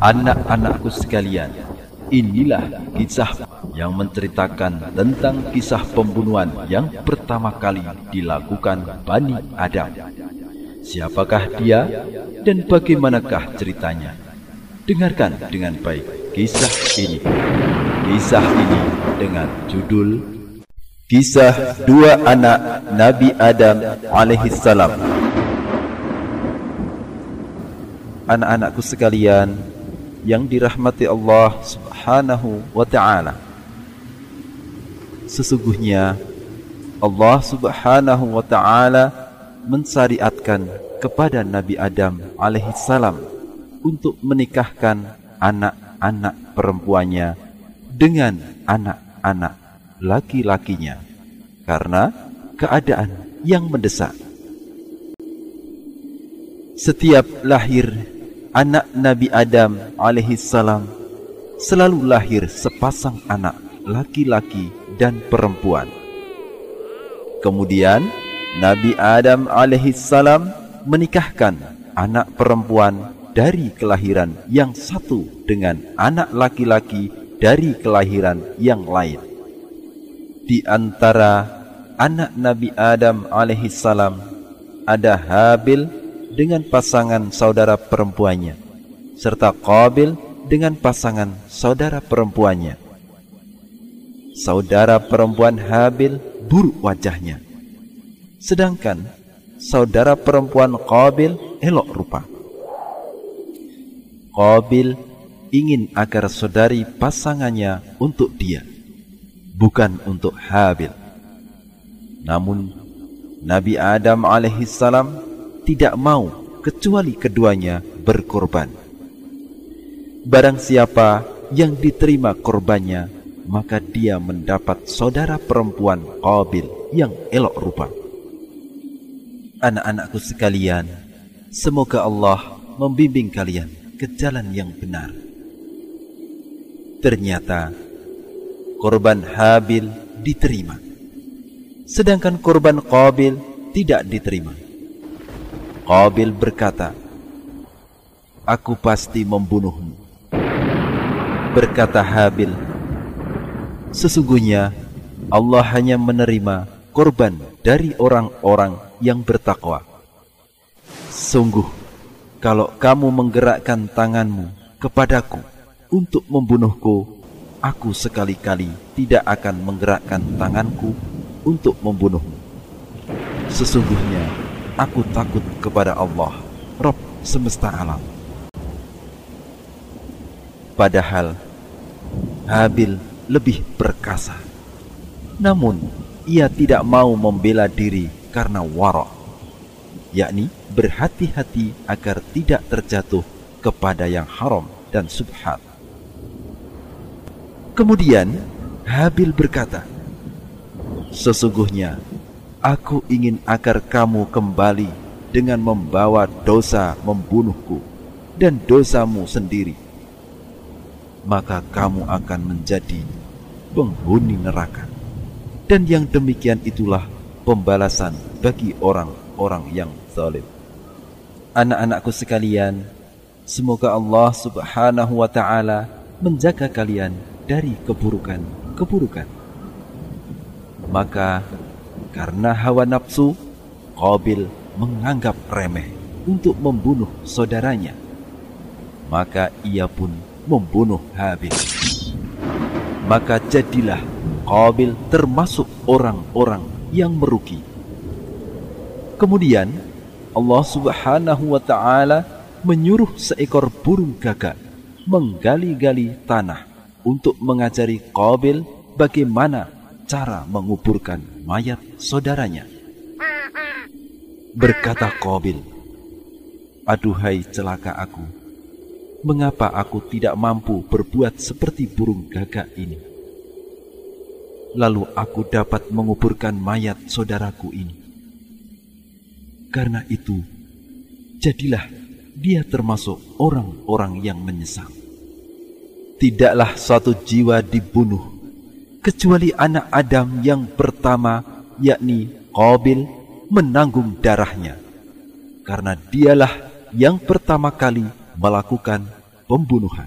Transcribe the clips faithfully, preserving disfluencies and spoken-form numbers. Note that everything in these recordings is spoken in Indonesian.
Anak-anakku sekalian, inilah kisah yang menceritakan tentang kisah pembunuhan yang pertama kali dilakukan Bani Adam. Siapakah dia dan bagaimanakah ceritanya? Dengarkan dengan baik kisah ini. Kisah ini dengan judul Kisah Dua Anak Nabi Adam alaihissalam. Anak-anakku sekalian yang dirahmati Allah subhanahu wa ta'ala, sesungguhnya Allah subhanahu wa ta'ala mensyariatkan kepada Nabi Adam alaihissalam untuk menikahkan anak-anak perempuannya dengan anak-anak laki-lakinya karena keadaan yang mendesak. Setiap lahir anak Nabi Adam alaihissalam selalu lahir sepasang anak laki-laki dan perempuan. Kemudian Nabi Adam alaihissalam menikahkan anak perempuan dari kelahiran yang satu dengan anak laki-laki dari kelahiran yang lain. Di antara anak Nabi Adam alaihissalam ada Habil dengan pasangan saudara perempuannya, serta Qabil dengan pasangan saudara perempuannya. Saudara perempuan Habil buruk wajahnya, sedangkan saudara perempuan Qabil elok rupa. Qabil ingin agar saudari pasangannya untuk dia, bukan untuk Habil. Namun Nabi Adam alaihissalam tidak mau kecuali keduanya berkorban. Barang siapa yang diterima korbannya, maka dia mendapat saudara perempuan Qabil yang elok rupa. Anak-anakku sekalian, semoga Allah membimbing kalian ke jalan yang benar. Ternyata korban Habil diterima, sedangkan korban Qabil tidak diterima. Qabil berkata, "Aku pasti membunuhmu." Berkata Habil, "Sesungguhnya Allah hanya menerima korban dari orang-orang yang bertakwa. Sungguh, kalau kamu menggerakkan tanganmu kepadaku untuk membunuhku, aku sekali-kali tidak akan menggerakkan tanganku untuk membunuhmu. Sesungguhnya aku takut kepada Allah, Rabb semesta alam." Padahal Habil lebih perkasa, namun ia tidak mau membela diri karena wara', yakni berhati-hati agar tidak terjatuh kepada yang haram dan subhat. Kemudian Habil berkata, "Sesungguhnya aku ingin agar kamu kembali dengan membawa dosa membunuhku dan dosamu sendiri. Maka kamu akan menjadi penghuni neraka. Dan yang demikian itulah pembalasan bagi orang-orang yang zalim." Anak-anakku sekalian, semoga Allah subhanahu wa ta'ala menjaga kalian dari keburukan-keburukan. Maka karena hawa nafsu, Qabil menganggap remeh untuk membunuh saudaranya. Maka ia pun membunuh Habil. Maka jadilah Qabil termasuk orang-orang yang merugi. Kemudian Allah subhanahu wa ta'ala menyuruh seekor burung gagak menggali-gali tanah untuk mengajari Qabil bagaimana cara menguburkan mayat saudaranya. Berkata Qabil, "Aduhai celaka aku, mengapa aku tidak mampu berbuat seperti burung gagak ini? Lalu aku dapat menguburkan mayat saudaraku ini. Karena itu, jadilah dia termasuk orang-orang yang menyesal. Tidaklah suatu jiwa dibunuh kecuali anak Adam yang pertama, yakni Qabil, menanggung darahnya, karena dialah yang pertama kali melakukan pembunuhan.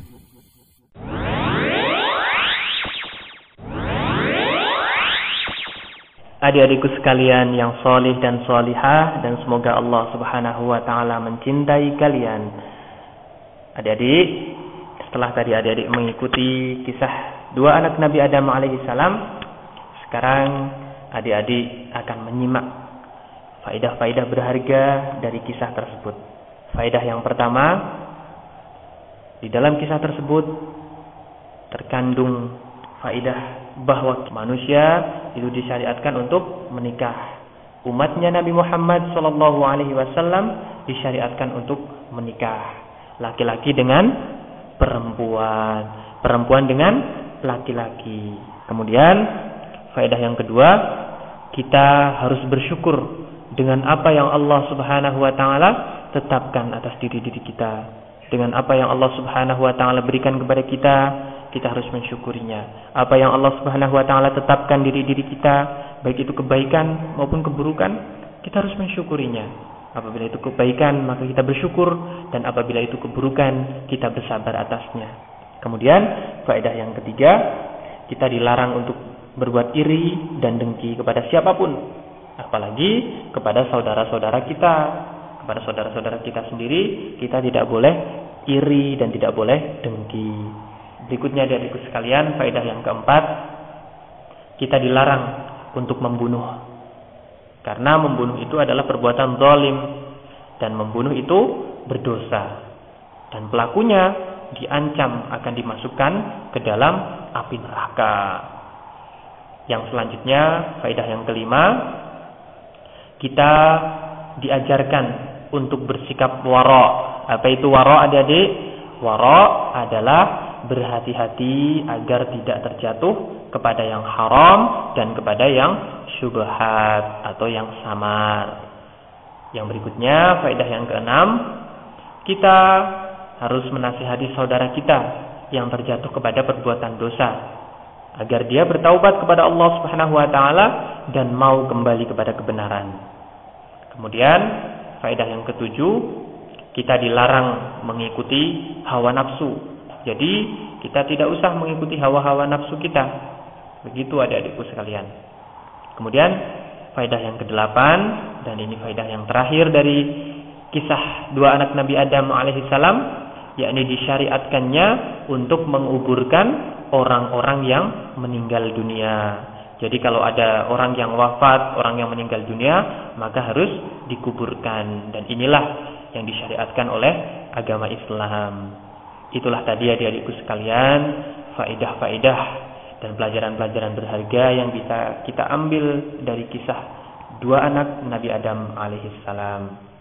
Adik-adikku sekalian yang solih dan solihah, dan semoga Allah Subhanahu wa Ta'ala mencintai kalian. Adik-adik, setelah tadi adik-adik mengikuti kisah dua anak Nabi Adam alaihi salam, sekarang adik-adik akan menyimak faedah-faedah berharga dari kisah tersebut. Faedah yang pertama, di dalam kisah tersebut terkandung faedah bahwa manusia itu disyariatkan untuk menikah. Umatnya Nabi Muhammad sallallahu alaihi wasallam disyariatkan untuk menikah. Laki-laki dengan perempuan, perempuan dengan laki-laki. Kemudian faedah yang kedua, kita harus bersyukur dengan apa yang Allah Subhanahu wa Ta'ala tetapkan atas diri-diri kita. Dengan apa yang Allah Subhanahu wa Ta'ala berikan kepada kita, kita harus mensyukurinya. Apa yang Allah Subhanahu wa Ta'ala tetapkan diri-diri kita, baik itu kebaikan maupun keburukan, kita harus mensyukurinya. Apabila itu kebaikan, maka kita bersyukur, dan apabila itu keburukan, kita bersabar atasnya. Kemudian faedah yang ketiga, kita dilarang untuk berbuat iri dan dengki kepada siapapun, apalagi kepada saudara-saudara kita. Kepada saudara-saudara kita sendiri, kita tidak boleh iri dan tidak boleh dengki. Berikutnya adik-adikku sekalian, faedah yang keempat, kita dilarang untuk membunuh. Karena membunuh itu adalah perbuatan zalim, dan membunuh itu berdosa. Dan pelakunya diancam akan dimasukkan ke dalam api neraka. Yang selanjutnya, faedah yang kelima, kita diajarkan untuk bersikap wara. Apa itu wara, adik-adik? Wara adalah berhati-hati agar tidak terjatuh kepada yang haram dan kepada yang syubhat atau yang samar. Yang berikutnya, faedah yang keenam, kita harus menasihati saudara kita yang terjatuh kepada perbuatan dosa agar dia bertaubat kepada Allah Subhanahu wa Ta'ala dan mau kembali kepada kebenaran. Kemudian faedah yang ketujuh, kita dilarang mengikuti hawa nafsu. Jadi kita tidak usah mengikuti hawa-hawa nafsu kita. Begitu adik-adikku sekalian. Kemudian faedah yang kedelapan, dan ini faedah yang terakhir dari kisah dua anak Nabi Adam alaihi salam, yakni disyariatkannya untuk menguburkan orang-orang yang meninggal dunia. Jadi kalau ada orang yang wafat, orang yang meninggal dunia, maka harus dikuburkan. Dan inilah yang disyariatkan oleh agama Islam. Itulah tadi adik-adikku sekalian, faedah-faedah dan pelajaran-pelajaran berharga yang bisa kita ambil dari kisah dua anak Nabi Adam alaihi salam.